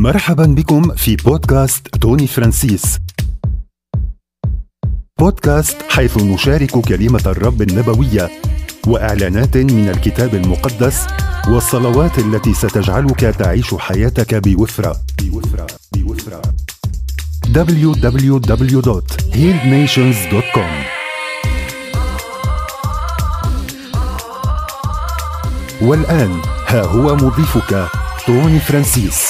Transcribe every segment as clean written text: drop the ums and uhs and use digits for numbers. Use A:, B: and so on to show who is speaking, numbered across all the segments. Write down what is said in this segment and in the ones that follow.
A: مرحبا بكم في بودكاست توني فرانسيس. بودكاست حيث نشارك كلمة الرب النبوية وإعلانات من الكتاب المقدس والصلوات التي ستجعلك تعيش حياتك بوفرة. www.healednations.com. والآن ها هو مضيفك توني فرانسيس.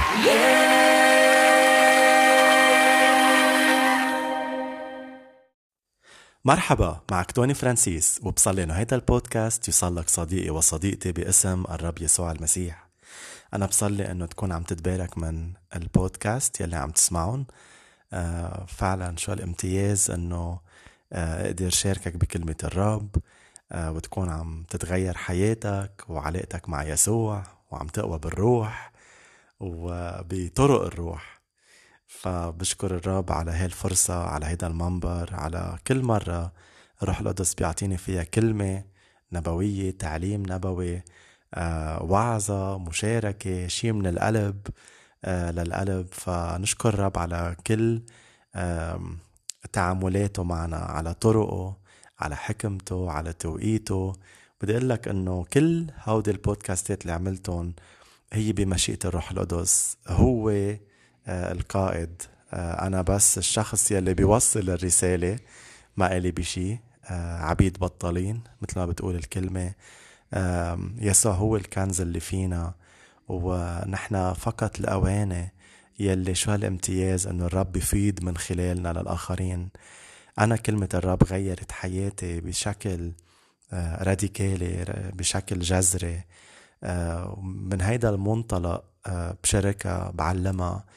B: مرحبا، معك توني فرانسيس، وبصلي انه هيدا البودكاست يوصلك صديقي وصديقتي باسم الرب يسوع المسيح. انا بصلي انه تكون عم تتبارك من البودكاست يلي عم تسمعون. فعلا شو الامتياز انه اقدر شاركك بكلمة الرب، وتكون عم تتغير حياتك وعلاقتك مع يسوع، وعم تقوى بالروح وبطرق الروح. فبشكر الرب على هاي الفرصة، على هيدا المنبر، على كل مرة الروح القدس بيعطيني فيها كلمة نبوية، تعليم نبوي، وعظة، مشاركة، شي من القلب للقلب. فنشكر الرب على كل تعاملاته معنا، على طرقه، على حكمته، على توقيته. بدي أقول لك إنه كل هودي البودكاستات اللي عملتهم هي بمشيئة الروح القدس. هو القائد، أنا بس الشخص يلي بيوصل الرسالة، ما إلي بشي. عبيد بطلين مثل ما بتقول الكلمة. يسوع هو الكنز اللي فينا، ونحن فقط الأواني يلي شو هالامتياز أنه الرب يفيد من خلالنا للآخرين. أنا كلمة الرب غيرت حياتي بشكل راديكالي، بشكل جذري. من هيدا المنطلق بشاركها، بعلمها،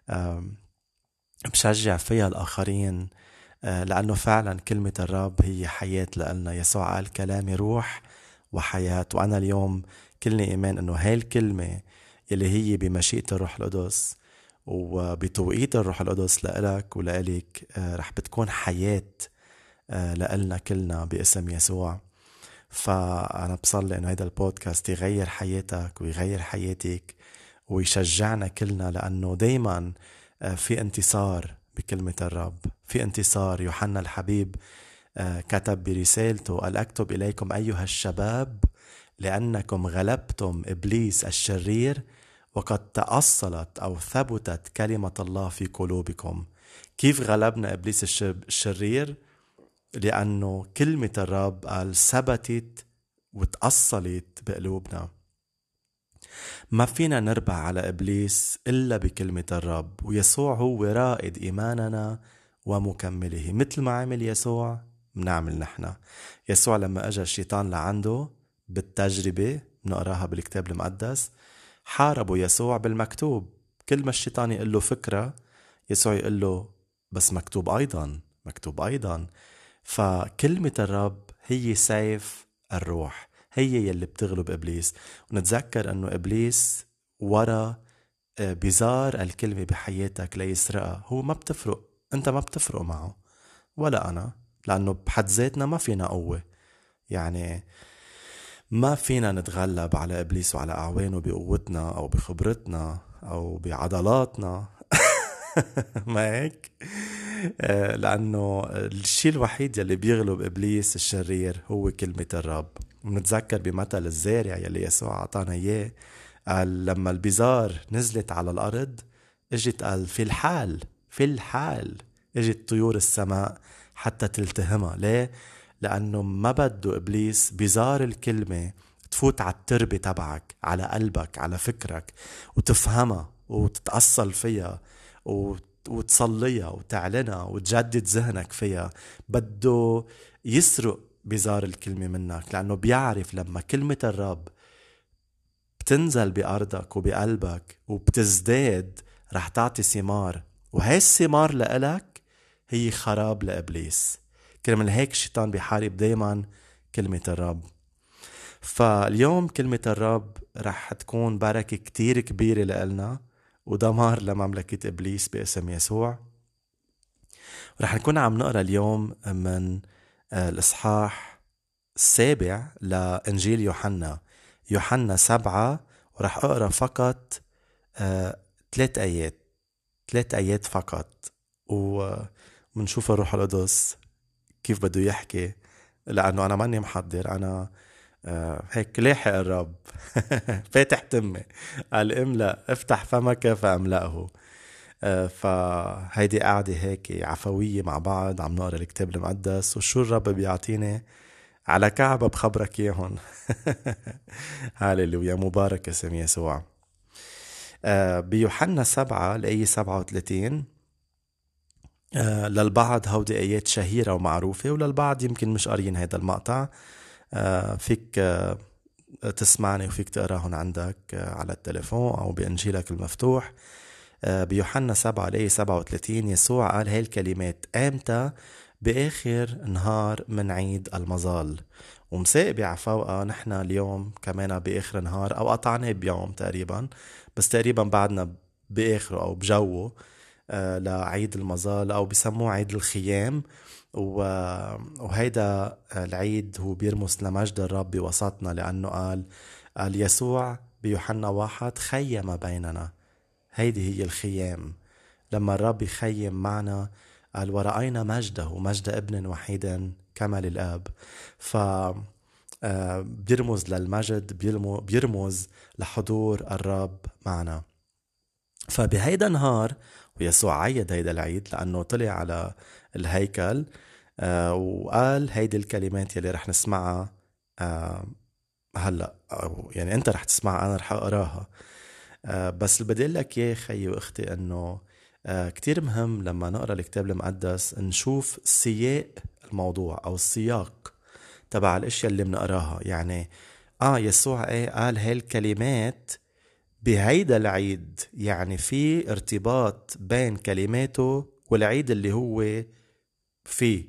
B: بشجع فيها الآخرين، لأنه فعلا كلمة الرب هي حياة لنا. يسوع قال كلامي روح وحياة، وأنا اليوم كلني إيمان أنه هاي الكلمة اللي هي بمشيئة الروح القدس وبتوقيت الروح القدس لإلك ولإلك رح بتكون حياة لإلنا كلنا باسم يسوع. فأنا بصلي أنه هيدا البودكاست يغير حياتك ويغير حياتك ويشجعنا كلنا، لأنه دايما في انتصار بكلمة الرب، في انتصار. يوحنا الحبيب كتب برسالته: قال أكتب إليكم أيها الشباب لأنكم غلبتم إبليس الشرير وقد تأصلت أو ثبتت كلمة الله في قلوبكم. كيف غلبنا إبليس الشرير؟ لأنه كلمة الرب قال ثبتت وتأصلت بقلوبنا. ما فينا نربح على إبليس إلا بكلمة الرب، ويسوع هو رائد إيماننا ومكمله. مثل ما عمل يسوع منعمل نحن. يسوع لما أجى الشيطان لعنده بالتجربة، نقراها بالكتاب المقدس، حاربوا يسوع بالمكتوب. كل ما الشيطان يقول له فكرة، يسوع يقول له بس مكتوب أيضا، مكتوب أيضا. فكلمة الرب هي سيف الروح، هي يلي بتغلب إبليس. ونتذكر أنه إبليس ورا بزار الكلمة بحياتك ليسرقها. هو ما بتفرق، أنت ما بتفرق معه ولا أنا، لأنه بحد ذاتنا ما فينا قوة. يعني ما فينا نتغلب على إبليس وعلى أعوانه بقوتنا أو بخبرتنا أو بعضلاتنا. ما هيك؟ لأنه الشيء الوحيد يلي بيغلب إبليس الشرير هو كلمة الرب. ونتذكر بمثل الزارع يلي يسوع عطانا إياه، قال لما البزار نزلت على الأرض اجت، قال في الحال اجت طيور السماء حتى تلتهمها. ليه؟ لأنه ما بده إبليس بزار الكلمة تفوت على التربة تبعك، على قلبك، على فكرك، وتفهمها وتتأصل فيها وتصليها وتعلنها وتجدد ذهنك فيها. بده يسرق بزار الكلمة منك، لأنه بيعرف لما كلمة الرب بتنزل بأرضك وبقلبك وبتزداد رح تعطي ثمار، وهي الثمار لإلك هي خراب لإبليس. كرمال هيك الشيطان بيحارب دايما كلمة الرب. فاليوم كلمة الرب رح تكون بركة كتير كبيرة لإلنا ودمار لمملكة إبليس باسم يسوع. ورح نكون عم نقرأ اليوم من الإصحاح 7 لإنجيل يوحنا 7، ورح أقرأ فقط ثلاث آيات فقط، ومنشوف الروح القدس كيف بده يحكي، لأنه أنا ماني محضر، أنا هيك لاحق الرب فاتح تمي، قال املأ، افتح فمك فاملأه. فهيدي قاعدة هيك عفوية مع بعض، عم نقرأ الكتاب المقدس، وشو الرب بيعطيني على كعبة بخبرك ياهن. هاليلويا، مبارك اسم يسوع. بيوحنا 7 الآية 37، للبعض هودي آيات شهيرة ومعروفة، وللبعض يمكن مش قارين هيدا المقطع. فيك تسمعني وفيك تقراهن عندك على التليفون أو بإنجيلك المفتوح. بيوحنا 7 الآية 37 يسوع قال هاي الكلمات آمتى؟ بآخر نهار من عيد المظال. ومساقبة عفوقة نحن اليوم كمان بآخر نهار، أو قطعناه بيوم تقريبا، بس تقريبا بعدنا بآخره أو بجوه لعيد المظال، أو بيسموه عيد الخيام. وهيدا العيد هو بيرمز لمجد الرب بوسطنا، لأنه قال يسوع بيوحنا 1 خيم بيننا. هيدي هي الخيام، لما الرب يخيم معنا. قال ورأينا مجده، مجد ابن وحيد كما للآب. بيرمز للمجد، بيرمز لحضور الرب معنا. فبهيدا نهار، ويسوع عيد هيدا العيد لأنه طلع على الهيكل وقال هيدي الكلمات يلي رح نسمعها هلأ، يعني أنت رح تسمعها، أنا رح أقراها. بس اللي بدي أقول لك يا خيي وأختي أنه كتير مهم لما نقرأ الكتاب المقدس نشوف سياق الموضوع أو السياق تبع الاشياء اللي بنقراها. يعني يسوع قال هاي الكلمات بهيدا العيد، يعني في ارتباط بين كلماته والعيد اللي هو فيه.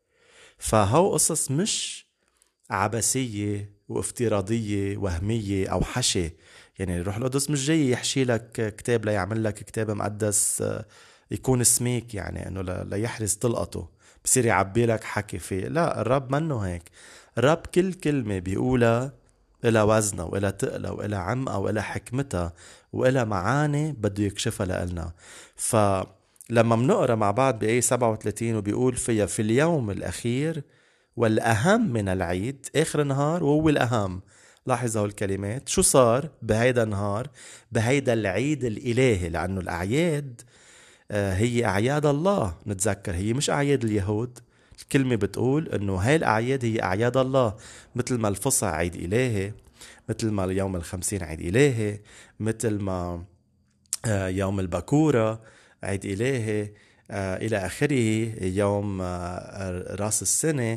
B: فهو قصص مش عبثية وافتراضية وهمية أو حشي. يعني الروح القدس مش جاي يحشي لك كتاب ليعمل لك كتاب مقدس يكون سميك، يعني انه ليحرز طلقته بصير يعبي لك حكي فيه. لا، الرب منه هيك. الرب كل كلمة بيقولها إلى وزنها وإلى تقلها وإلى عمقها وإلى حكمتها وإلى معاني بده يكشفها لنا. فلما منقرأ مع بعض بآية 37 وبيقول فيها في اليوم الأخير والأهم من العيد، آخر نهار وهو الأهم. لاحظوا الكلمات، شو صار بهيدا النهار، بهيدا العيد الإلهي، لأنه الأعياد هي أعياد الله. نتذكر هي مش أعياد اليهود. الكلمة بتقول أنه هاي الأعياد هي أعياد الله، مثل ما الفصح عيد إلهي، مثل ما يوم الخمسين عيد إلهي، مثل ما يوم البكورة عيد إلهي، إلى آخره. يوم رأس السنة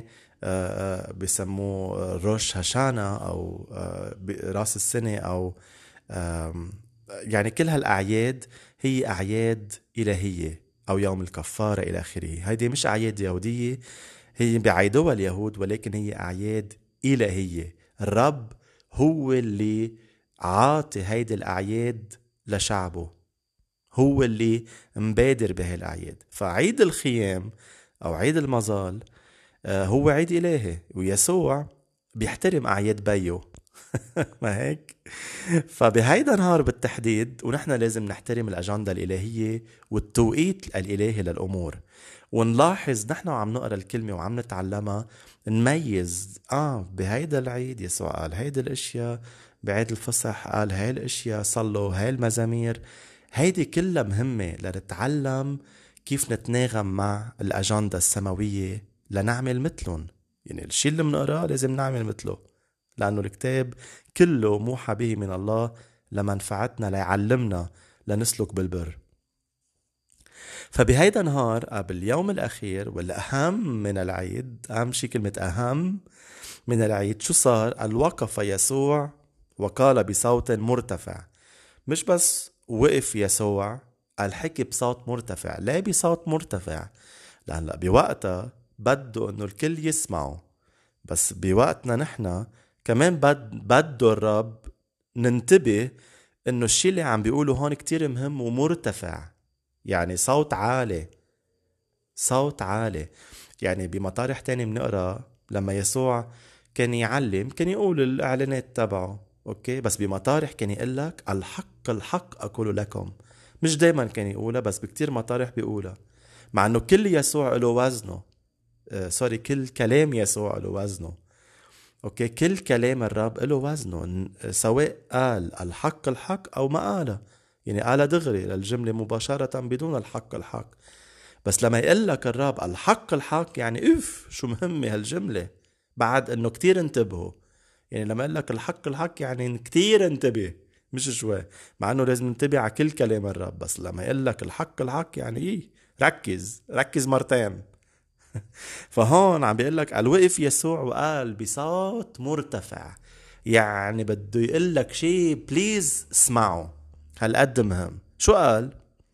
B: بيسموه روش هاشانا أو رأس السنة، أو يعني كل هالأعياد هي أعياد إلهية، أو يوم الكفارة إلى آخره. هيدي مش أعياد يهودية، هي بيعيدوها اليهود، ولكن هي أعياد إلهية. الرب هو اللي عاطي هيدي الأعياد لشعبه، هو اللي مبادر بهاي الأعياد. فعيد الخيام أو عيد المظال هو عيد إلهي، ويسوع بيحترم أعياد بيه. ما هيك؟ فبهيدا نهار بالتحديد، ونحن لازم نحترم الأجندة الإلهية والتوقيت الإلهي للأمور. ونلاحظ نحن وعم نقرأ الكلمة وعم نتعلمها، نميز بهيدا العيد يسوع قال هيدا الاشياء، بعيد الفصح قال هاي الاشياء، صلوا هاي المزامير. هيدي كلها مهمة لنتعلم كيف نتناغم مع الأجندة السماوية لنعمل مثلهم. يعني الشيء اللي منقرأه لازم نعمل مثله، لأنه الكتاب كله موحى به من الله لمنفعتنا، ليعلمنا لنسلك بالبر. فبهيدا نهار قبل اليوم الأخير والأهم من العيد، أهم شيء كلمة أهم من العيد، شو صار؟ الوقف يسوع وقال بصوت مرتفع. مش بس وقف يسوع، الحكي بصوت مرتفع. لا بصوت مرتفع لأن بوقتها بده أنه الكل يسمعه، بس بوقتنا نحن كمان بده الرب ننتبه أنه الشيء اللي عم بيقوله هون كتير مهم ومرتفع. يعني صوت عالي، صوت عالي. يعني بمطارح تاني بنقرأ لما يسوع كان يعلم كان يقول الإعلانات تبعه، أوكي، بس بمطارح كان يقول لك الحق الحق أقول لكم. مش دايما كان يقولها بس بكتير مطارح بيقولها، مع انه كل يسوع له وزنه. كل كلام يسوع له وزنه. اوكي، كل كلام الرب له وزنه، سواء قال الحق الحق او ما قاله. يعني قال دغري للجملة مباشرة بدون الحق الحق. بس لما يقول لك الرب الحق الحق، يعني شو مهمة هالجملة. بعد انه كتير انتبهوا. يعني لما يقول لك الحق الحق يعني كتير انتبه، مش شوي. مع انه لازم ننتبه على كل كلام الرب، بس لما يقول لك الحق الحق يعني ركز مرتين. فهون عم بيقول لك الوقف يسوع وقال بصوت مرتفع، يعني بده يقول لك شيء بليز اسمعوا، هالقد مهم. شو قال؟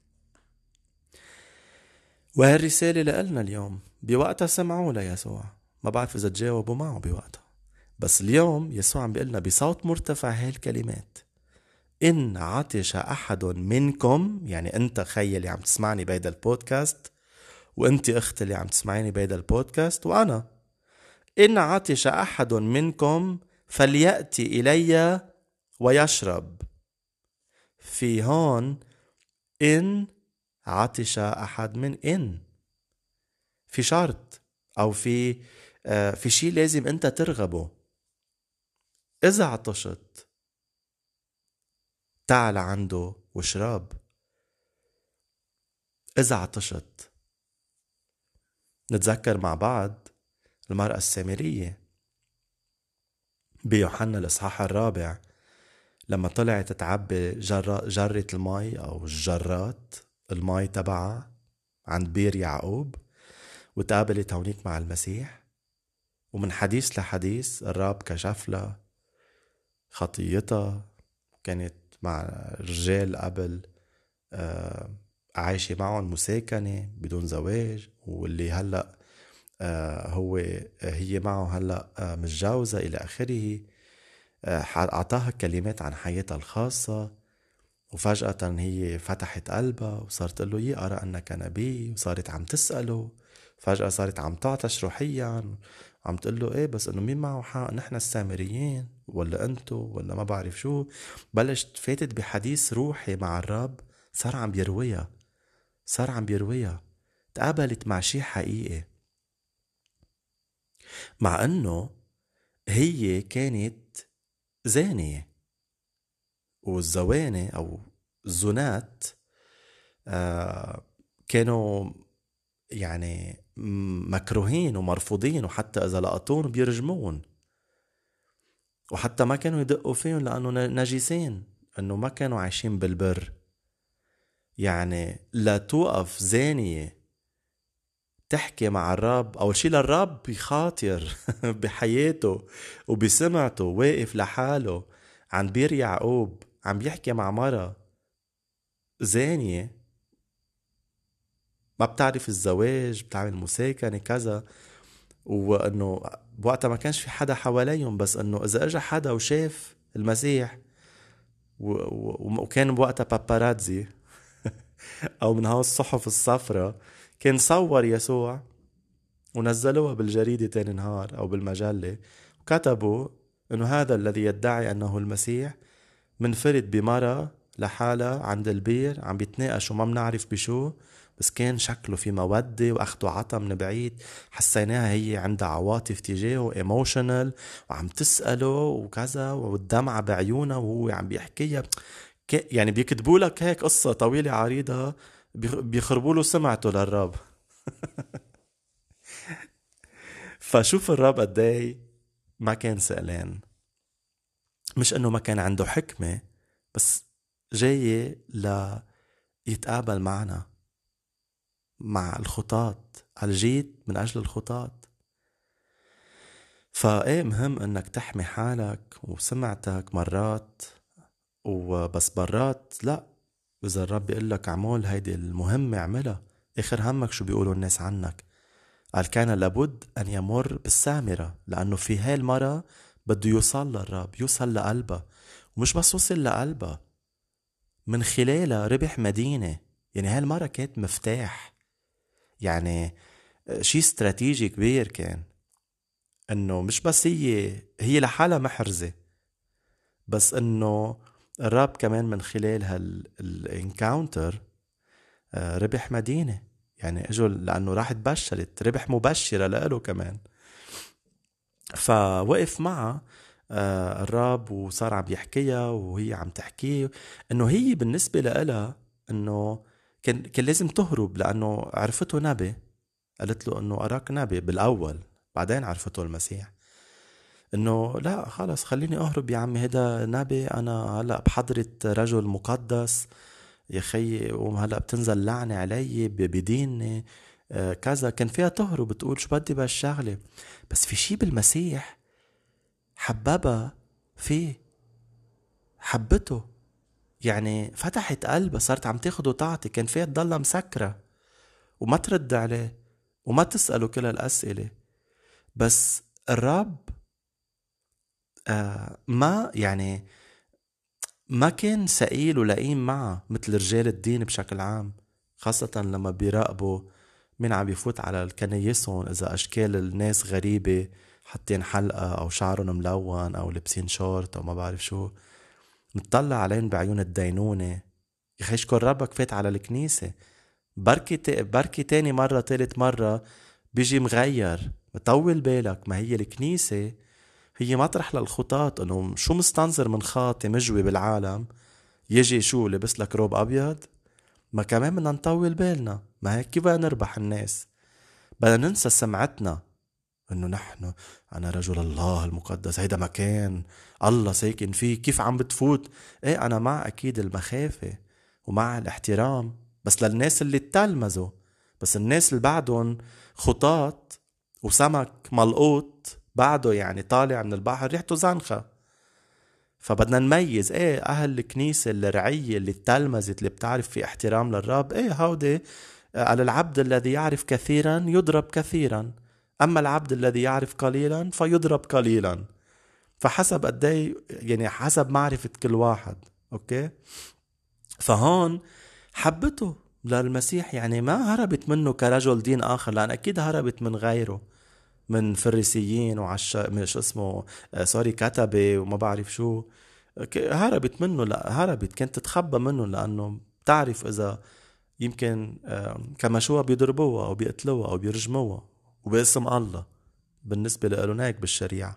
B: وهالرسالة لقلنا اليوم. بوقتها سمعوا ليسوع، ما بعرف إذا تجاوبوا معه بوقتها، بس اليوم يسوع عم بيقلنا بصوت مرتفع هالكلمات: إن عطش أحد منكم، يعني أنت خي اللي عم تسمعني بهيدا البودكاست، وأنت أخت اللي عم تسمعيني بهيدا البودكاست، وأنا: إن عطش أحد منكم فليأتي إلي ويشرب. في هون إن عطش أحد إن في شرط، أو في شيء لازم أنت ترغبه. إذا عطشت تعال عنده واشرب. إذا عطشت. نتذكر مع بعض المرأة السامرية بيوحنا الإصحاح 4، لما طلعت تعبي جرة المي أو الجرات المي تبعها عند بير يعقوب، وتقابلت هونيك مع المسيح، ومن حديث لحديث الرب كشف لها خطيتها. كانت مع رجال قبل عايشة معهم مساكنة بدون زواج، واللي هلأ هي معه هلأ متجوزة إلى آخره. أعطاها كلمات عن حياتها الخاصة، وفجأة هي فتحت قلبها وصارت تقول له أرى أنك نبي، وصارت عم تسأله. فجأة صارت عم تعطش روحيا، عم تقول له إيه بس إنه مين معه حق، نحن السامريين ولا أنتو ولا ما بعرف شو. بلشت فاتت بحديث روحي مع الرب، صار عم بيرويها. تقابلت مع شي حقيقي، مع أنه هي كانت زانية، والزوانة أو الزنات كانوا يعني مكروهين ومرفوضين، وحتى إذا لقطون بيرجمون، وحتى ما كانوا يدقوا فيهم لأنه نجسين، أنه ما كانوا عايشين بالبر. يعني لا توقف زانية تحكي مع الرب. أول شي للرب بخاطر بحياته وبسمعته، واقف لحاله عن بير يعقوب عم بيحكي مع مرة زانية ما بتعرف الزواج، بتعمل مساكنة كذا، وانه بوقتها ما كانش في حدا حواليهم، بس انه اذا اجى حدا وشاف المسيح وكان بوقتها باباراتزي او من هاو الصحف الصفراء، كان صور يسوع ونزلوها بالجريدة تاني نهار او بالمجلة، وكتبوا انه هذا الذي يدعي انه المسيح منفرد بمرة لحالة عند البير عم بيتناقشوا ما بنعرف بشو، بس كان شكله في مودة واخدوا عطا من بعيد. حسيناها هي عندها عواطف تجاهه، ايموشنال، وعم تسأله وكذا، والدمعة بعيونها وهو عم بيحكيها. يعني بيكتبوا لك هيك قصة طويلة عريضة، بيخربوا له سمعته للرب. فشوف الرب قداي ما كان سألان، مش انه ما كان عنده حكمة، بس جاي يتقابل معنا، مع الخطاط. جيت من أجل الخطاط. فايه مهم انك تحمي حالك وسمعتك مرات، وبس برات لا. إذا الرب بيقول لك اعمل هيدي المهمة اعملها، آخر همك شو بيقولوا الناس عنك. قال كان لابد أن يمر بالسامرة، لأنه في هاي المرة بده يوصل للرب، يوصل لقلبها، ومش بس وصل لقلبها، من خلالها ربح مدينة. يعني هاي المرة كانت مفتاح، يعني شي استراتيجي كبير كان. انه مش بس هي لحالها محرزة، بس انه الرب كمان من خلال هالانكاونتر ربح مدينة. يعني اجوا لأنه راح تبشرت، ربح مبشرة لإله كمان. فوقف معها الرب وصار عم يحكيها وهي عم تحكيه انه هي بالنسبة لها انه كان لازم تهرب، لانه عرفته نبي. قالت له انه اراك نبي بالاول، بعدين عرفته المسيح. انه لا خلص خليني اهرب يا عمي، هذا نبي، انا هلا بحضرة رجل مقدس يا خيي، وهلا بتنزل لعنة علي بديني كذا. كان فيها تهرب بتقول شو بدي بهالشغلة، بس في شي بالمسيح حببها فيه، حبته، يعني فتحت قلبها، صارت عم تاخد وتعطي. كان فيها تضلها مسكرة وما ترد عليه وما تسأله كل الأسئلة. بس الرب ما يعني ما كان سئيل ولئيم معه مثل رجال الدين بشكل عام، خاصة لما بيراقبوا مين عم يفوت على الكنايسهم، إذا أشكال الناس غريبة، حاطين حلقة أو شعرهم ملون أو لبسين شورت أو ما بعرف شو، نطلع عليهم بعيون الدينونة. يخي اشكر ربك فات على الكنيسة، بركي تاني مرة تالت مرة بيجي مغير. طول بالك، ما هي الكنيسة هي مطرح للخطاط، انه شو مستنظر من خاطي مجوي بالعالم يجي شو لبس لك روب ابيض؟ ما كمان بدنا نطول بالنا، ما هيك كيف بدنا نربح الناس؟ بدنا ننسى سمعتنا انه نحن انا رجل الله المقدس، هيدا مكان الله ساكن فيه، كيف عم بتفوت؟ ايه انا مع اكيد المخافة ومع الاحترام، بس للناس اللي تلمزوا. بس الناس اللي بعدهم خطاط وسمك ملقوط بعده، يعني طالع من البحر ريحته زنخة. فبدنا نميز، ايه اهل الكنيسة الرعية اللي تلمزت اللي بتعرف في احترام للرب، ايه هودي على العبد الذي يعرف كثيرا يضرب كثيرا، اما العبد الذي يعرف قليلا فيضرب قليلا. فحسب قدي، يعني حسب معرفة كل واحد. اوكي، فهون حبته للمسيح، يعني ما هربت منه كرجل دين اخر، لان اكيد هربت من غيره، من فريسيين مش اسمه سوري كتبة وما بعرف شو. هربت منه، لا هربت، كانت تتخبى منه، لانه بتعرف اذا يمكن كمشوها بيضربوها او بيقتلوها او بيرجموها وباسم الله، بالنسبة له هيك بالشريعة.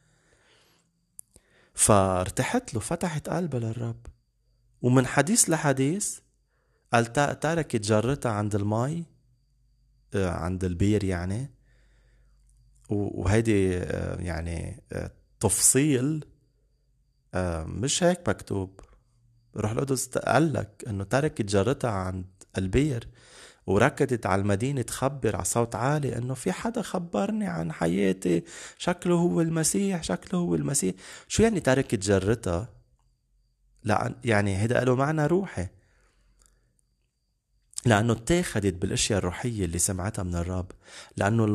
B: فارتحت له، فتحت قلبها للرب، ومن حديث لحديث قال تركت جرتها عند الماء، عند البير يعني. وهيدي يعني تفصيل مش هيك مكتوب. روح القدس قال لك انه تركت جرتها عند البير وركضت على المدينة تخبر على صوت عالي انه في حدا خبرني عن حياتي، شكله هو المسيح، شكله هو المسيح. شو يعني تركت جرتها؟ لا يعني هيدا له معنى روحي، لانه اتاخدت بالاشياء الروحية اللي سمعتها من الرب. لانه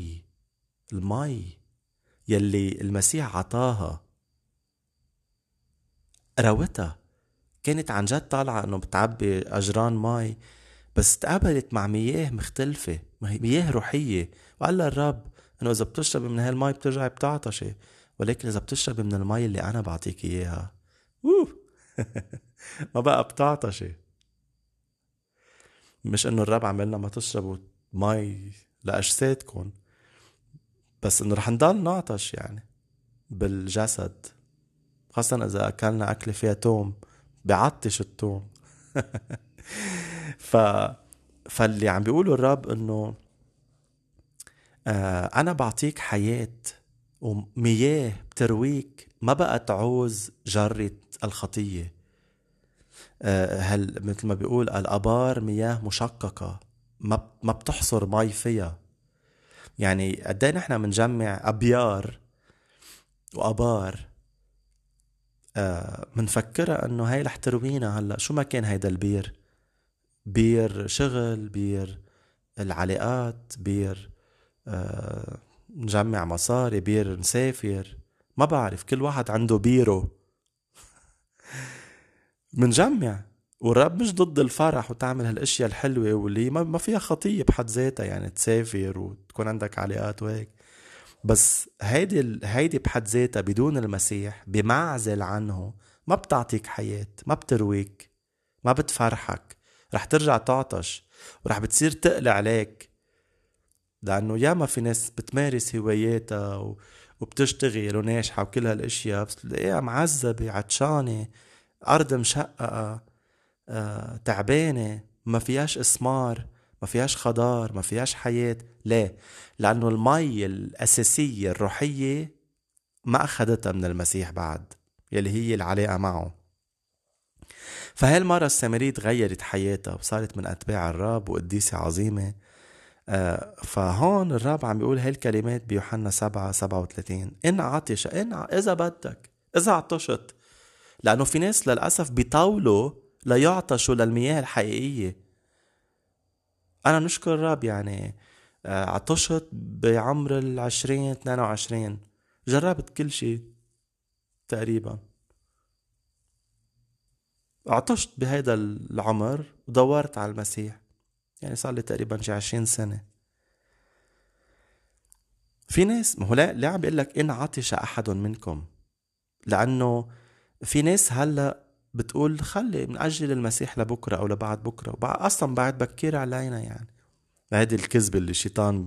B: المي يلي المسيح عطاها روتها، كانت عن جد طالعة انه بتعبي اجران مي، بس تقابلت مع مياه مختلفة، مياه روحية. وقال لها الرب انه اذا بتشربي من هالمي بترجعي بتعطشي، ولكن اذا بتشربي من المي اللي انا بعطيك اياها ما بقى بتعطشي. مش انه الرب عملنا ما تشربوا مي لاجسادكم، بس انه رح نضل نعطش يعني بالجسد، خاصة اذا اكلنا اكل فيها توم، بعطش التوم. ف فاللي عم بيقوله الرب انه انا بعطيك حياة ومياه بترويك، ما بقى تعوز جرة الخطية. هل مثل ما بيقول الابار مياه مشققة، ما بتحصر مي فيها. يعني قديه نحن منجمع ابيار وابار منفكرها انه هاي رح تروينا. هلا شو ما كان هيدا البير، بير شغل، بير العلاقات، بير نجمع مصاري، بير نسافر، ما بعرف، كل واحد عنده بيره منجمع. والرب مش ضد الفرح وتعمل هالاشياء الحلوة واللي ما فيها خطية بحد ذاتها، يعني تسافر وتكون عندك علاقات وهيك. بس هيدي بحد ذاتها بدون المسيح بمعزل عنه ما بتعطيك حياة، ما بترويك، ما بتفرحك. رح ترجع تعطش ورح بتصير تقلع عليك، لأنه ياما في ناس بتمارس هواياتها وبتشتغل وناجحة وكل هالاشياء، بس تلاقيها معذبة عطشانة، أرض مشققة، تعبانة، ما فيهاش إسمار، ما فيهاش خضار، ما فيهاش حياة. ليه؟ لأنه المي الأساسية الروحية ما أخدتها من المسيح بعد، يلي هي العلاقة معه. فهالمرة السامرية غيرت حياتها وصارت من أتباع الرب وقديسة عظيمة. فهون الرب عم بيقول هاي الكلمات بيوحنا 7:37: إن عطش، إذا بدك، إذا عطشت. لأنه في ناس للأسف بيطولوا ليعطشوا للمياه الحقيقية. أنا نشكر الرب، يعني عطشت بعمر 20-22، جربت كل شيء تقريبا، عطشت بهيدا العمر ودورت على المسيح. يعني صار لي تقريبا 20 سنة. في ناس، ما هو لا عم بيقول لك إن عطش أحد منكم، لأنه في ناس هلأ بتقول خلي نأجل المسيح لبكرة أو لبعد بكرة، أصلا بعد بكير علينا. يعني هذه الكذبة اللي الشيطان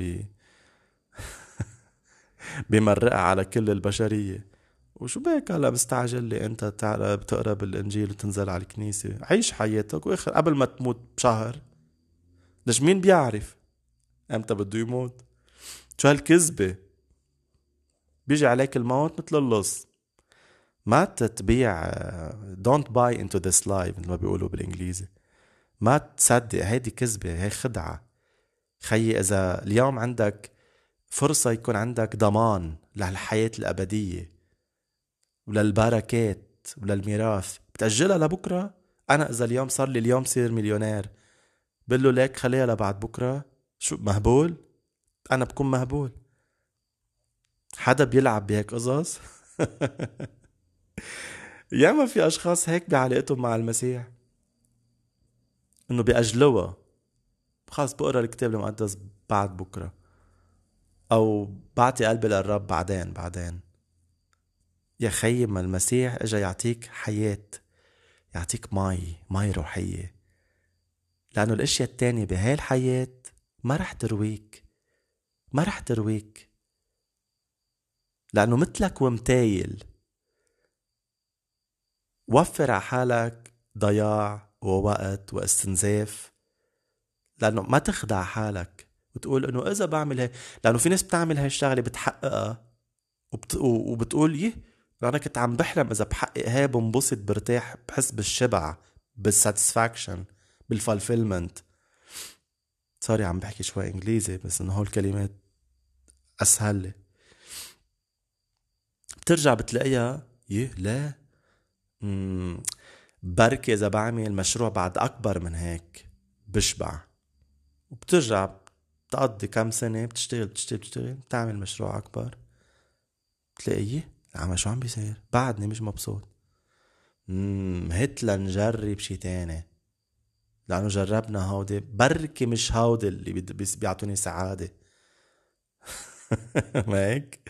B: بيمرقها على كل البشرية. وشو بك هلا مستعجل لي انت بتقرا بالانجيل وتنزل على الكنيسة؟ عيش حياتك واخر قبل ما تموت بشهر. ليش مين بيعرف امتى بده يموت؟ شو هالكذبة؟ بيجي عليك الموت مثل اللص. ما تتبيع don't buy into this lie مثل ما بيقولوا بالانجليزي. ما تصدق، هيدي كذبة، هي خدعة. خيي اذا اليوم عندك فرصة يكون عندك ضمان للحياة الأبدية وللبركات وللميراث، بتأجلها لبكرة. أنا إذا اليوم صار لي اليوم صير مليونير، بقول له ليك خليها لبعد بكرة. شو مهبول؟ أنا بكون مهبول. حدا بيلعب بهيك قصص؟ ياما في أشخاص هيك بعلاقتهم مع المسيح، إنه بيأجلوها. خلاص بقرأ الكتاب المقدس بعد بكرة، أو بعطي قلبي للرب بعدين. يا خيي، ما المسيح اجا يعطيك حياة، يعطيك مي روحية. لأنه الاشياء التانية بهاي الحياة ما رح ترويك، لأنه مثلك ومتايل. وفر على حالك ضياع ووقت واستنزاف، لأنه ما تخدع حالك وتقول إنه إذا بعمل هاي. لأنه في ناس بتعمل هاي الشغلة بتحققها وبتقول أنا كنت عم بحلم إذا بحقق هاي بنبسط، برتاح، بحس بالشبع، بالساتسفاكشن، بالفالفيلمنت. سوري عم بحكي شوي إنجليزي، بس إنه هول الكلمات أسهل لي. بترجع بتلاقيها لا، بركي إذا بعمل مشروع بعد أكبر من هيك بشبع. وبترجع بتقضي كم سنة بتشتغل بتعمل مشروع أكبر، بتلاقيه عم شو عم بيصير؟ بعدني مش مبسوط. هت لنجرب شي تاني، لأنه جربنا هودي، بركي مش هودي اللي بيعطوني سعادة. ما هيك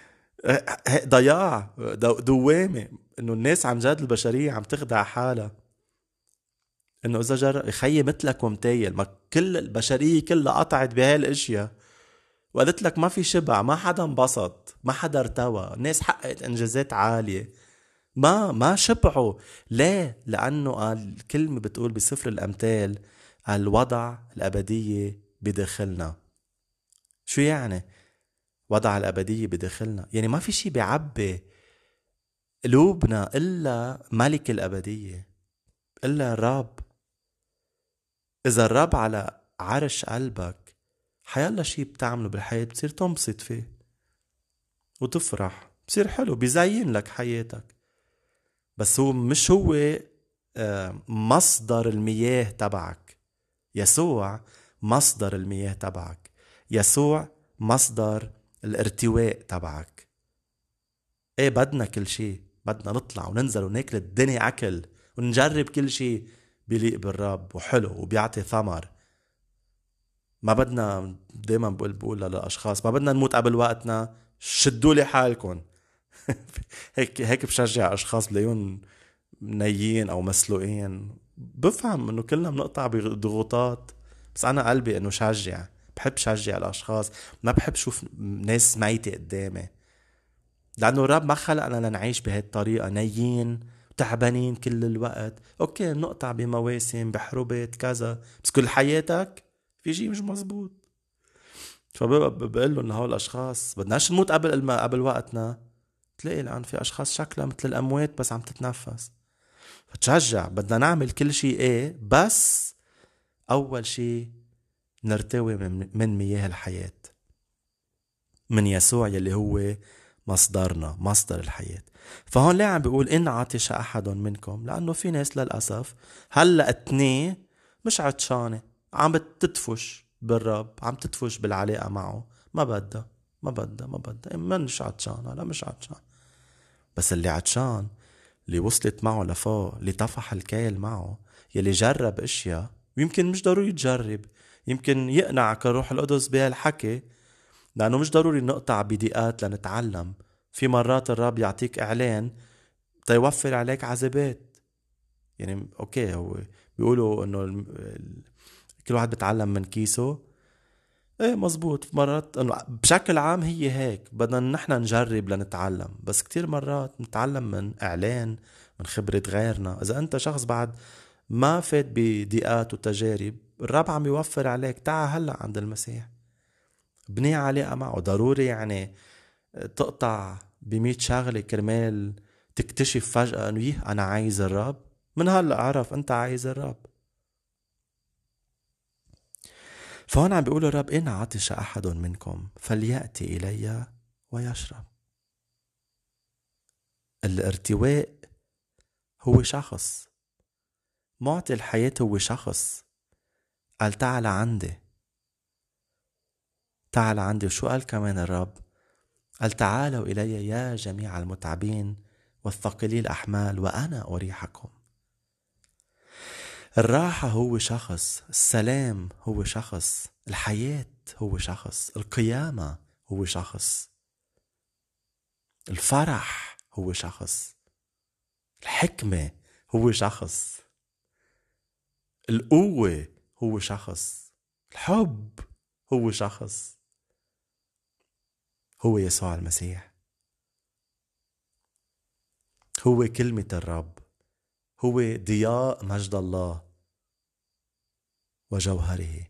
B: ضياع دوامة. انه الناس عن جد البشرية عم تخدع حالها، انه اذا خيي مثلك ومتايل. ما كل البشرية كلها قطعت بهاي الاشياء وقالت لك ما في شبع، ما حدا انبسط، ما حدا ارتوى. الناس حققت انجازات عالية، ما شبعوا. ليه؟ لانه قال الكلمة بتقول بسفر الامثال: الوضع الابدية بداخلنا. شو يعني وضع الابدية بداخلنا؟ يعني ما في شي بيعبي قلوبنا إلا ملك الأبدية، إلا الرب. إذا الرب على عرش قلبك، حيالله شي بتعمله بالحياة بتصير تنبسط فيه وتفرح، بصير حلو، بيزين لك حياتك. بس هو مش هو مصدر المياه تبعك. يسوع مصدر المياه تبعك، يسوع مصدر الارتواء تبعك. ايه بدنا كل شي، بدنا نطلع وننزل وناكل الدنيا أكل ونجرب كل شي بيليق بالرب وحلو وبيعطي ثمر. ما بدنا، دايما بقول للأشخاص ما بدنا نموت قبل وقتنا، شدوا لي حالكم. هيك بشجع أشخاص بلاقيهم نيين أو مسلوقين. بفهم إنه كلنا بنقطع بضغوطات، بس أنا قلبي إنه شجع، بحب شجع الأشخاص، ما بحب شوف ناس ميتة قدامي، لأنه الرب ما خلقنا لنعيش بهذه الطريقة نيين وتعبانين كل الوقت. أوكي نقطع بمواسم بحروبات كذا، بس كل حياتك في شيء مش مزبوط. فبقول له إنه هول الأشخاص بدناش نموت قبل وقتنا. تلاقي الآن في أشخاص شكلها مثل الأموات بس عم تتنفس. فتشجع بدنا نعمل كل شيء إيه، بس أول شيء نرتوي من مياه الحياة، من يسوع يلي هو مصدرنا، مصدر الحياة. فهون ليه عم بيقول إن عطش أحد منكم؟ لأنه في ناس للأسف هلأ اتنين مش عطشانة، عم بتدفش بالرب، عم تدفش بالعلاقة معه، ما بدها مش عطشانة، لا مش عطشان. بس اللي عطشان، اللي وصلت معه لفوق، اللي طفح الكيل معه، يلي جرب اشياء ويمكن مش ضروري تجرب، يمكن يقنعك الروح القدس بهالحكي، لأنه مش ضروري نقطع بدقات لنتعلم. في مرات الرب يعطيك إعلان تيوفر عليك عذابات. يعني أوكي، هو بيقولوا إنه كل واحد بتعلم من كيسه. ايه مزبوط، في مرات إنه بشكل عام هي هيك، بدنا نحن نجرب لنتعلم، بس كتير مرات نتعلم من إعلان، من خبرة غيرنا. إذا أنت شخص بعد ما فات بضيقات وتجارب، الرب عم يوفر عليك، تعال هلأ عند المسيح، بني علاقة معه. ضروري يعني تقطع ب100 شغلة كرمال تكتشف فجأة انه يه انا عايز الرب؟ من هلأ اعرف انت عايز الرب. فهون عم بيقول الرب إن عطش أحد منكم فليأتي إلي ويشرب. الارتواء هو شخص، معطي الحياة هو شخص. قال تعال عندي، تعال عندي. وشو قال كمان الرب؟ قال تعالوا إلي يا جميع المتعبين والثقلي الأحمال وأنا أريحكم. الراحة هو شخص، السلام هو شخص، الحياة هو شخص، القيامة هو شخص، الفرح هو شخص، الحكمة هو شخص، القوة هو شخص، الحب هو شخص، هو يسوع المسيح، هو كلمة الرب، هو ضياء مجد الله وجوهره.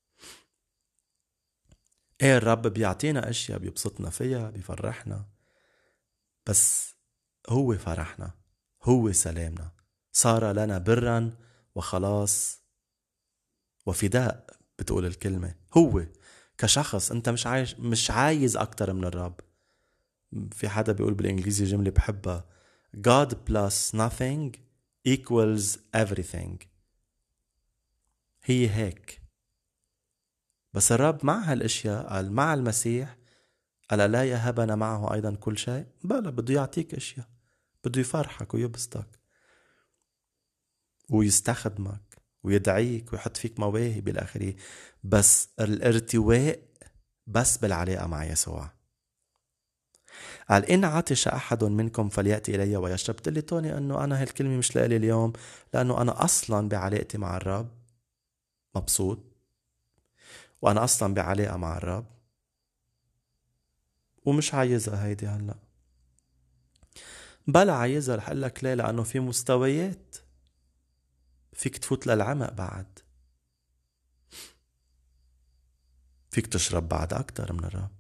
B: ايه الرب بيعطينا اشياء بيبسطنا فيها، بيفرحنا، بس هو فرحنا، هو سلامنا، صار لنا برا وخلاص وفداء. بتقول الكلمة هو كشخص. انت مش عايز اكتر من الرب. في حدا بيقول بالانجليزي جملة بحبها: God plus nothing equals everything. هي هيك. بس الرب مع هالاشياء قال مع المسيح ألا لا يهبنا معه أيضا كل شيء؟ بلا، بده يعطيك اشياء، بده يفرحك ويبسطك ويستخدمك ويدعيك ويحط فيك مواهب الآخرين. بس الارتواء بس بالعلاقة مع يسوع. قال إن عطش أحد منكم فليأتي إلي ويشرب. قلت لي توني أنه أنا هالكلمة مش لإلي اليوم، لأنه أنا أصلا بعلاقتي مع الرب مبسوط، وأنا أصلا بعلاقة مع الرب ومش عايزها هيدي هلأ. بلا عايزها. رح أقول لك ليه؟ لأنه في مستويات فيك تفوت للعمق بعد، فيك تشرب بعد أكتر من الرب.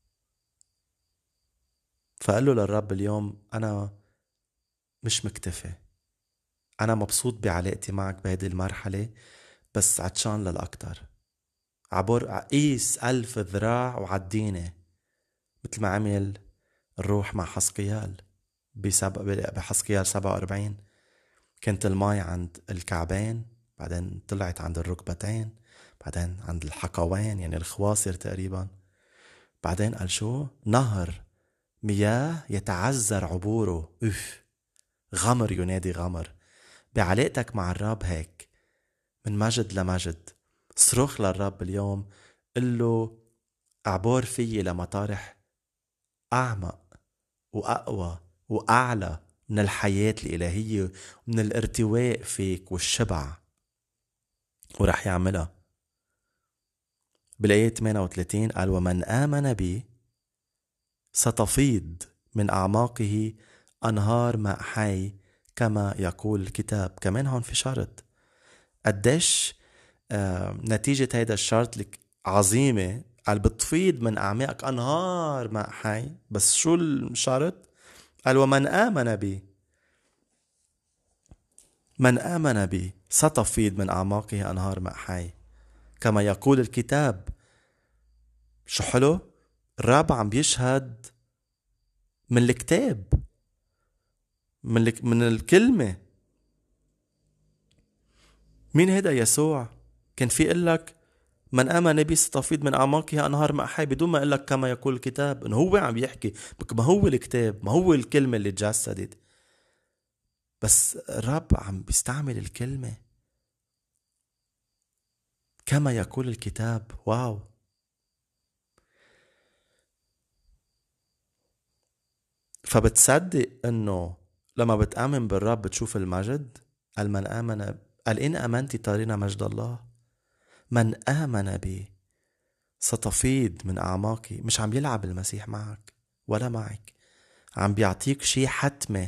B: فقال له للرب اليوم أنا مش مكتفي، أنا مبسوط بعلاقتي معك بهذه المرحلة، بس عطشان للأكتر. عبر قيس 1000 ذراع وعديني، مثل ما عمل الروح مع حسقيال بحسقيال 47. كانت الماء عند الكعبين، بعدين طلعت عند الركبتين، بعدين عند الحقوين يعني الخواصر تقريبا. بعدين قال شو؟ نهر مياه يتعذر عبوره. غمر ينادي غمر. بعلاقتك مع الرب هيك، من مجد لمجد. صرخ للرب اليوم، قل له اعبر فيي لمطارح أعمق وأقوى وأعلى من الحياة الإلهية ومن الارتواء فيك والشبع، ورح يعملها. بالآية 38 قال ومن آمن بي ستفيض من أعماقه أنهار ماء حي كما يقول الكتاب. كمان هون في شرط، قديش نتيجة هيدا الشرط عظيمة. قال بتفيض من أعماقك أنهار ماء حي، بس شو الشرط؟ قال ومن آمن بي، من آمن بي ستفيض من أعماقه أنهار ماء حي كما يقول الكتاب. شو حلو؟ الرب عم بيشهد من الكتاب، من الكلمة. مين هيدا؟ يسوع. كان في قلك من آمن بي ستفيض من أعماقها أنهار ماء حي، بدون ما قلك كما يقول الكتاب. إنه هو عم يحكي، ما هو الكتاب، ما هو الكلمة اللي تجسدت. بس الرب عم بيستعمل الكلمة كما يقول الكتاب. واو. فبتصدق انه لما بتآمن بالرب بتشوف المجد. قال من آمن، قال إن آمنتي ترين مجد الله. من آمن بي ستفيض من أعماقي. مش عم يلعب المسيح معك ولا معك، عم بيعطيك شي حتمي،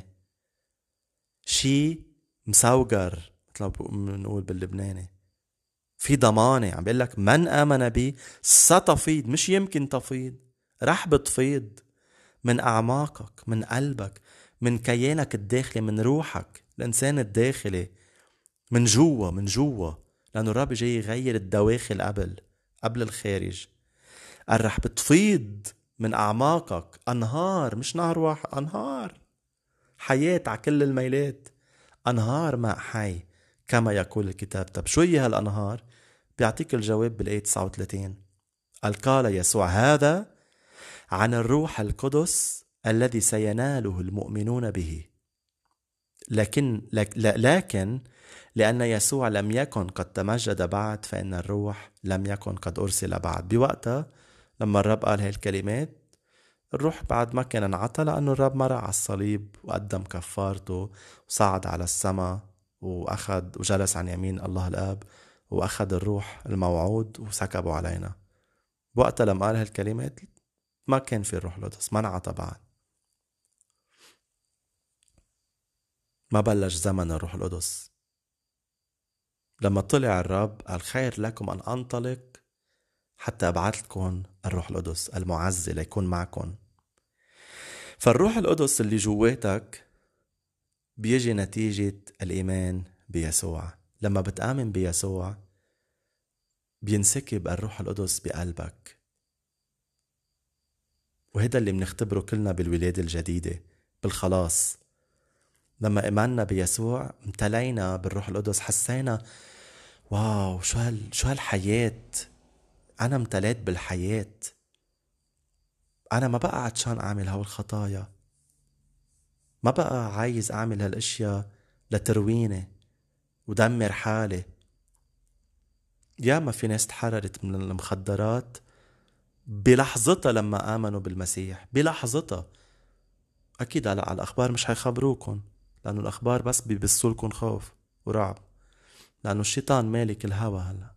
B: شي مسوقر مثل ما بنقول باللبناني، في ضمانة. عم بيقول لك من آمن بي ستفيض، مش يمكن تفيض، رح بتفيض من أعماقك، من قلبك، من كيانك الداخلي، من روحك الإنسان الداخلي، من جوا. لأنه الرب جاي يغير الدواخل قبل الخارج. قال رح بتفيض من أعماقك أنهار، مش نهر واحد، أنهار حياة على كل الميلات، أنهار ماء حي كما يقول الكتاب. طب شو هي هالأنهار؟ بيعطيك الجواب بالآية 39. قال يسوع هذا عن الروح القدس الذي سيناله المؤمنون به، لكن لأن يسوع لم يكن قد تمجد بعد فإن الروح لم يكن قد أرسل بعد. بوقتها لما الرب قال هاي الكلمات، الروح بعد ما كان انعطى، لأنه الرب مرق على الصليب وقدم كفارته وصعد على السماء وأخذ وجلس عن يمين الله الآب وأخذ الروح الموعود وسكبه علينا. بوقتها لما قال هالكلمات ما كان في الروح القدس، ما انعطى بعد، ما بلش زمن الروح القدس. لما طلع الرب قال خير لكم أن أنطلق حتى أبعث لكم الروح القدس المعزي ليكون معكم. فالروح القدس اللي جواتك بيجي نتيجة الإيمان بيسوع. لما بتآمن بيسوع بينسكب الروح القدس بقلبك، وهذا اللي بنختبره كلنا بالولادة الجديدة بالخلاص. لما إيماننا بيسوع امتلينا بالروح القدس، حسينا واو شو هالحياة. أنا امتليت بالحياة، أنا ما بقى عطشان أعمل هول الخطايا، ما بقى عايز أعمل هالأشياء لترويني ودمر حالي. ياما في ناس تحررت من المخدرات بلحظتها لما آمنوا بالمسيح، بلحظتها. أكيد على الأخبار مش هيخبروكن، لأنه الأخبار بس بيبثولكن خوف ورعب، لأنه الشيطان مالك الهوى هلا.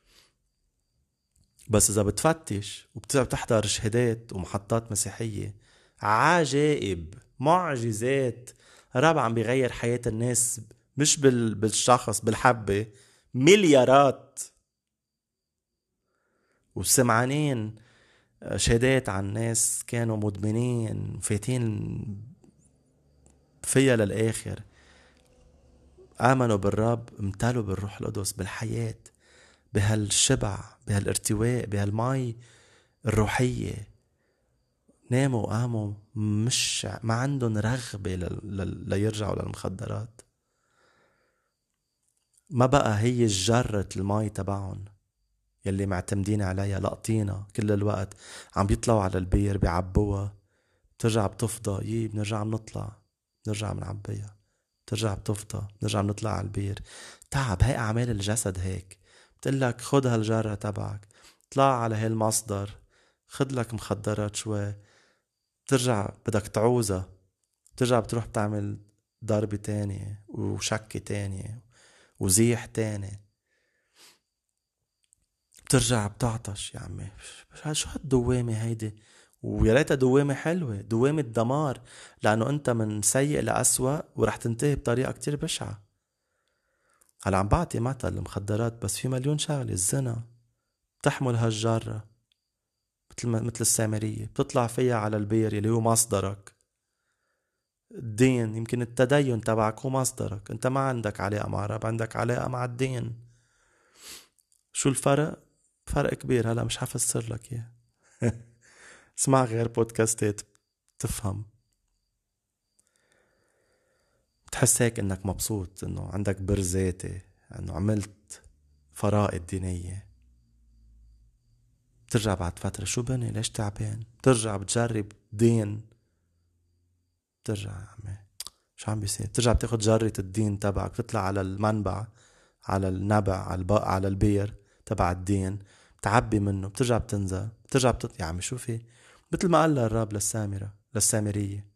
B: بس إذا بتفتش وبتحضر شهادات ومحطات مسيحية، عجائب، معجزات، رب عم بيغير حياة الناس، مش بالشخص، بالحبة، مليارات. وسمعانين شهادات عن ناس كانوا مدمنين فاتين فيها للآخر، آمنوا بالرب، امتلوا بالروح القدس، بالحياة، بهالشبع، بهالارتواء، بهالماء الروحية. ناموا وقاموا مش ما عندهم رغبة ليرجعوا للمخدرات. ما بقى هي الجرة الماء تبعهم يلي معتمدين عليها، لقطينا كل الوقت، عم بيطلعوا على البير بيعبوها، بترجع بتفضى، بنرجع بنطلع، بنرجع بنعبيها، بترجع بتفضى، بنرجع بنطلع على البير. تعب. هاي أعمال الجسد هيك. بتقلك خد هالجرة تبعك، طلع على هالمصدر، خد لك مخدرات شوي، بترجع بدك تعوزها، بترجع بتروح بتعمل ضربة تانية وشكة تانية وزيح تاني، بترجع بتعطش. يا عمي شو هالدوامة هيدي؟ ويا ريتها دوامة حلوة، دوامة دمار، لأنه أنت من سيء لأسوأ ورح تنتهي بطريقة كتير بشعة. هلا عم بعطي مثل المخدرات، بس في مليون شغلة. الزنا بتحمل هالجارة مثل السامرية، بتطلع فيها على البير اللي هو مصدرك. الدين، يمكن التدين تبعك هو مصدرك، انت ما عندك علاقة مع رب، عندك علاقة مع الدين. شو الفرق؟ فرق كبير، هلا مش حفسر لك اياه. اسمع غير بودكاستات تفهم. بتحس هيك انك مبسوط، انه عندك بر ذاتي، انه عملت فرائض دينية. بترجع بعد فترة، شو بني ليش تعبان؟ بترجع بتجرب دين، بترجع يا عمي شو عم بيصير؟ بترجع بتاخد جرة الدين تبعك، بتطلع على المنبع، على النبع، على البير تبع الدين، بتعبي منه، بترجع بتنزل، بترجع يا عمي شو في؟ مثل ما قال الرب للسامرية،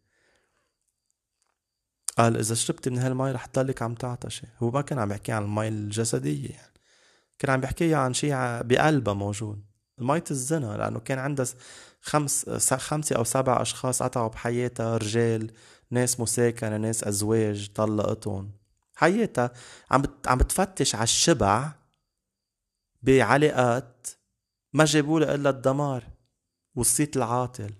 B: قال إذا شربت من هالمي رح تضلك عم تعطشي. هو ما كان عم يحكي عن المي الجسدية يعني، كان عم يحكي عن شيء بقلبها موجود، مية الزنا. لأنه كان عندها 5 أو 7 أشخاص قطعوا بحياتها، رجال، ناس مساكنة، ناس أزواج طلقتهم حياتها. عم بتفتش على الشبع بعلاقات ما جابولها إلا الدمار والصيت العاطل.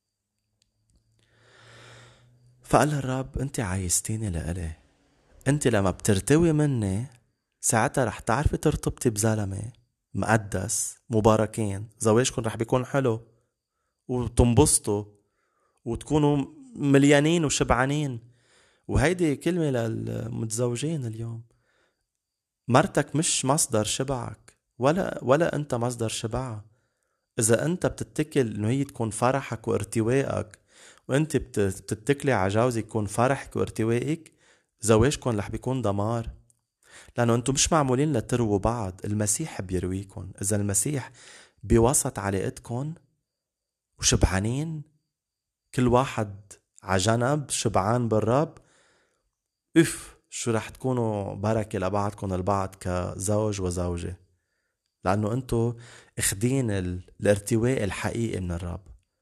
B: فقال الرب انت عايزتيني لإلي، انت لما بترتوي مني ساعتها رح تعرفي ترتبطي بزلمة مقدس مباركين، زواجكم رح بيكون حلو وتنبسطوا وتكونوا مليانين وشبعانين. وهيدي كلمة للمتزوجين اليوم. مرتك مش مصدر شبعك، ولا انت مصدر شبعها. اذا انت بتتكل انه هي تكون فرحك وارتوائك، وانت بتتكلي على جوزك يكون فرحك وارتوائك، زواجكم رح بيكون دمار. لانه انتم مش معمولين لترووا بعض، المسيح بيرويكم. اذا المسيح بوسط علاقتكم وشبعانين، كل واحد على جنب شبعان بالرب، شو رح تكونوا بركة لبعضكم البعض كزوج وزوجة، لأنه أنتوا اخدين الارتواء الحقيقي من الرب.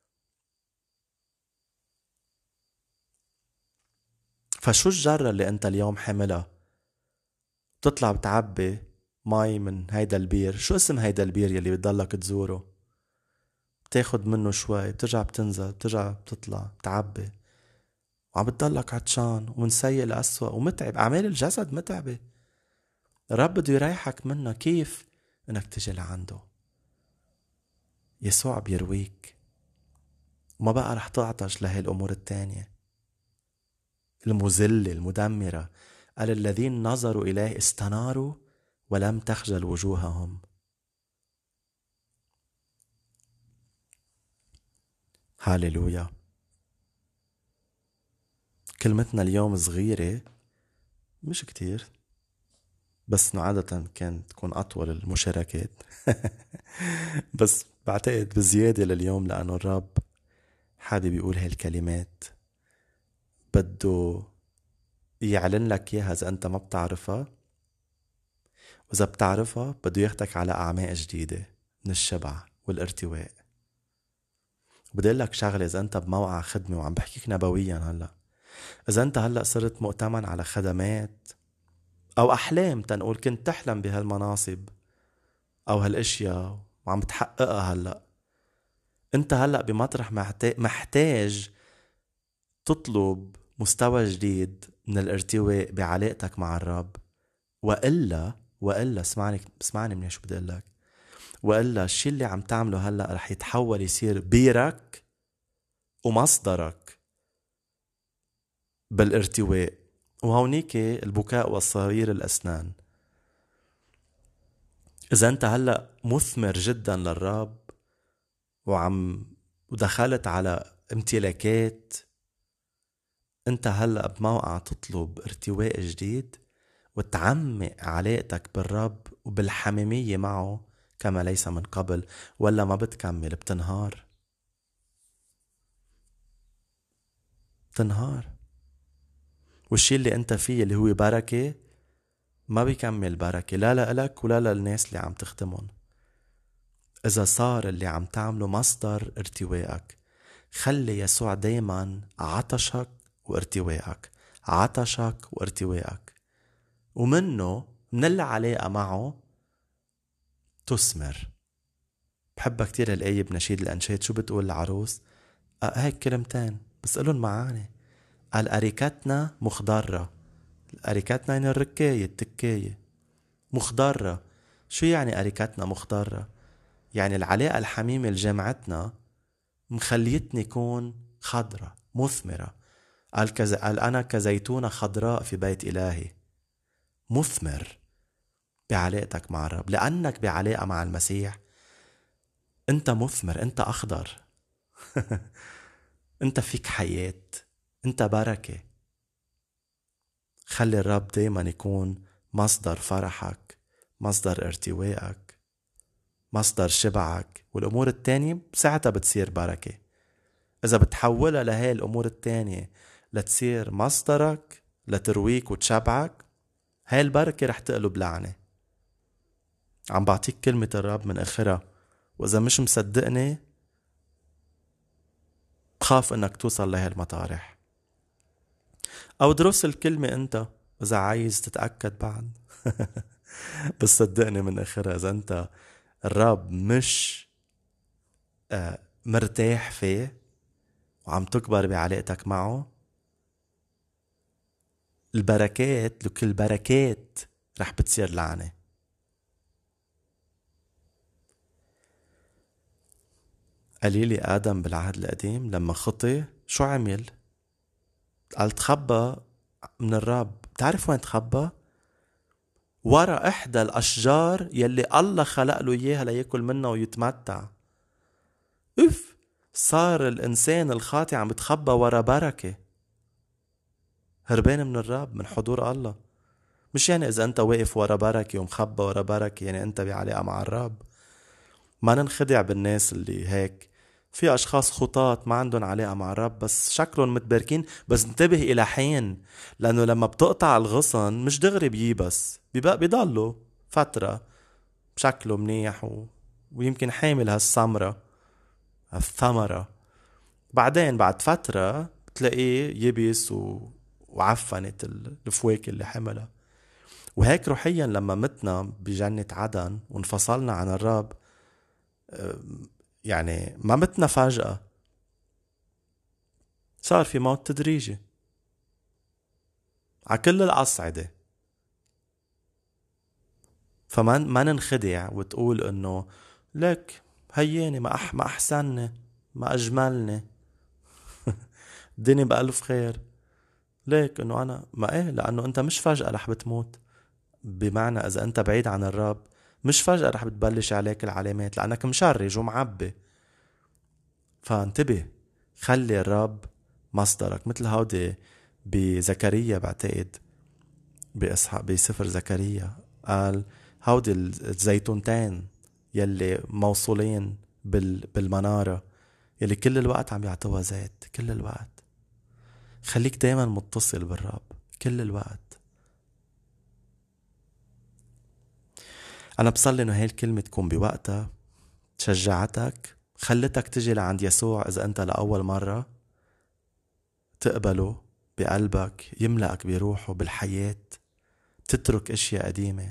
B: فشو الجرة اللي أنت اليوم حاملها؟ بتطلع بتعبي مي من هيدا البير، شو اسم هيدا البير يلي بتضلك تزوره؟ بتاخد منه شوي، بترجع بتنزل، بترجع بتطلع بتعبي، وعم بتضلك عطشان ومن سيء لأسوأ ومتعب. أعمال الجسد متعبة، الرب بده يريحك منها. كيف؟ انك تجي لعنده. يسوع بيرويك، وما بقى رح تعطش لهي الامور التانية المذلة المدمرة. قال الذين نظروا اليه استناروا ولم تخجل وجوههم. هاليلويا. كلمتنا اليوم صغيرة، مش كتير، بس انه عادة كانت تكون اطول المشاركات. بس بعتقد بزيادة لليوم، لانه الرب حابب يقول هالكلمات، بده يعلن لك اياها اذا انت ما بتعرفها، واذا بتعرفها بده ياخدك على اعماق جديدة من الشبع والارتواء. بدي اقول لك شغله، اذا انت بموقع خدمه، وعم بحكيك نبويا هلا، اذا انت هلا صرت مؤتمن على خدمات او احلام، تنقول كنت تحلم بهالمناصب او هالاشياء وعم بتحققها هلا، انت هلا بمطرح محتاج تطلب مستوى جديد من الارتواء بعلاقتك مع الرب. والا اسمعني من شو بدي اقول لك، والا الشي اللي عم تعمله هلا رح يتحول يصير بيرك ومصدرك بالارتواء، وهونيك البكاء والصرير الأسنان. إذا أنت هلأ مثمر جدا للرب ودخلت على امتلاكات، أنت هلأ بموقع تطلب ارتواء جديد وتعمق علاقتك بالرب وبالحميمية معه كما ليس من قبل، ولا ما بتكمل، بتنهار. والشي اللي انت فيه اللي هو بركة ما بيكمل بركة لا لك ولا للناس اللي عم تخدمهم. إذا صار اللي عم تعمله مصدر ارتوائك، خلي يسوع دايما عطشك وارتوائك، عطشك وارتوائك، ومنه من العلاقة معه تثمر. بحبها كتير الآية بنشيد الأنشاد. شو بتقول العروس؟ هيك كلمتين بس قلن معاني. قال أريكتنا مخضرة. أريكتنا يعني الركاية التكاية مخضرة. شو يعني أريكتنا مخضرة؟ يعني العلاقة الحميمة لجامعتنا مخليتني كون خضرة مثمرة. قال أنا كزيتونة خضراء في بيت إلهي. مثمر بعلاقتك مع الرب، لأنك بعلاقة مع المسيح أنت مثمر، أنت أخضر. أنت فيك حياة، أنت بركة. خلي الرب دايما يكون مصدر فرحك، مصدر ارتوائك، مصدر شبعك، والأمور التانية ساعتها بتصير بركة. إذا بتحولها لهي الأمور التانية لتصير مصدرك لترويك وتشبعك، هاي البركة رح تقلب لعنة. عم بعطيك كلمة الرب من آخرها، وإذا مش مصدقني بخاف إنك توصل لهي المطارح، أو درس الكلمة أنت إذا عايز تتأكد بعد. بس صدقني من آخرها، إذا أنت الرب مش مرتاح فيه وعم تكبر بعلاقتك معه، البركات لكل بركات رح بتصير لعنة. قليلي آدم بالعهد القديم لما خطي شو عمل؟ قال تخبى من الرب. تعرف وين تخبى؟ ورا إحدى الأشجار يلي الله خلق له إياها ليأكل منها ويتمتع. صار الإنسان الخاطئ عم بتخبى ورا بركة، هربان من الرب، من حضور الله. مش يعني إذا أنت واقف ورا بركة ومخبى ورا بركة يعني أنت بعلاقة مع الرب. ما ننخدع بالناس اللي هيك. في أشخاص خطاة ما عندهم علاقة مع الرب بس شكلهم متباركين. بس انتبه إلى حين، لأنه لما بتقطع الغصن مش دغري بيبس، بيضلوا فترة شكله منيح ويمكن حامل هالثمرة، بعدين بعد فترة بتلاقيه يبس وعفنت الفواكه اللي حملها. وهيك روحيا لما متنا بجنة عدن وانفصلنا عن الرب، يعني ما متنا فجأة، صار في موت تدريجي على كل الأصعدة. فما ننخدع وتقول انه لك هياني ما أحسنني ما أجملني. الدنيا بألف خير. ليك انه انا ما لانه انت مش فجأة رح بتموت. بمعنى اذا انت بعيد عن الرب مش فجأة رح بتبلش عليك العلامات، لانك مشرج ومعبي. فانتبه، خلي الرب مصدرك. مثل هودي بزكريا بعتقد بسفر زكريا قال هودي الزيتونتين يلي موصولين بالمنارة يلي كل الوقت عم يعطوها زيت. كل الوقت خليك دايما متصل بالرب كل الوقت. أنا بصلي إنه هاي الكلمة تكون بوقتها، تشجعتك، خلتك تجي لعند يسوع إذا أنت لأول مرة، تقبله بقلبك، يملأك بروحه بالحياة، تترك أشياء قديمة.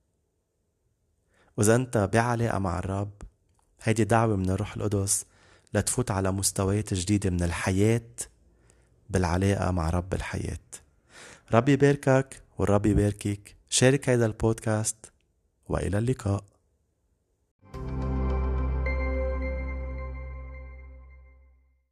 B: وإذا أنت بعلاقة مع الرب، هيدي دعوة من الروح القدس لتفوت على مستويات جديدة من الحياة بالعلاقة مع رب الحياة. ربي يباركك والرب يباركك. شارك هذا البودكاست وإلى اللقاء.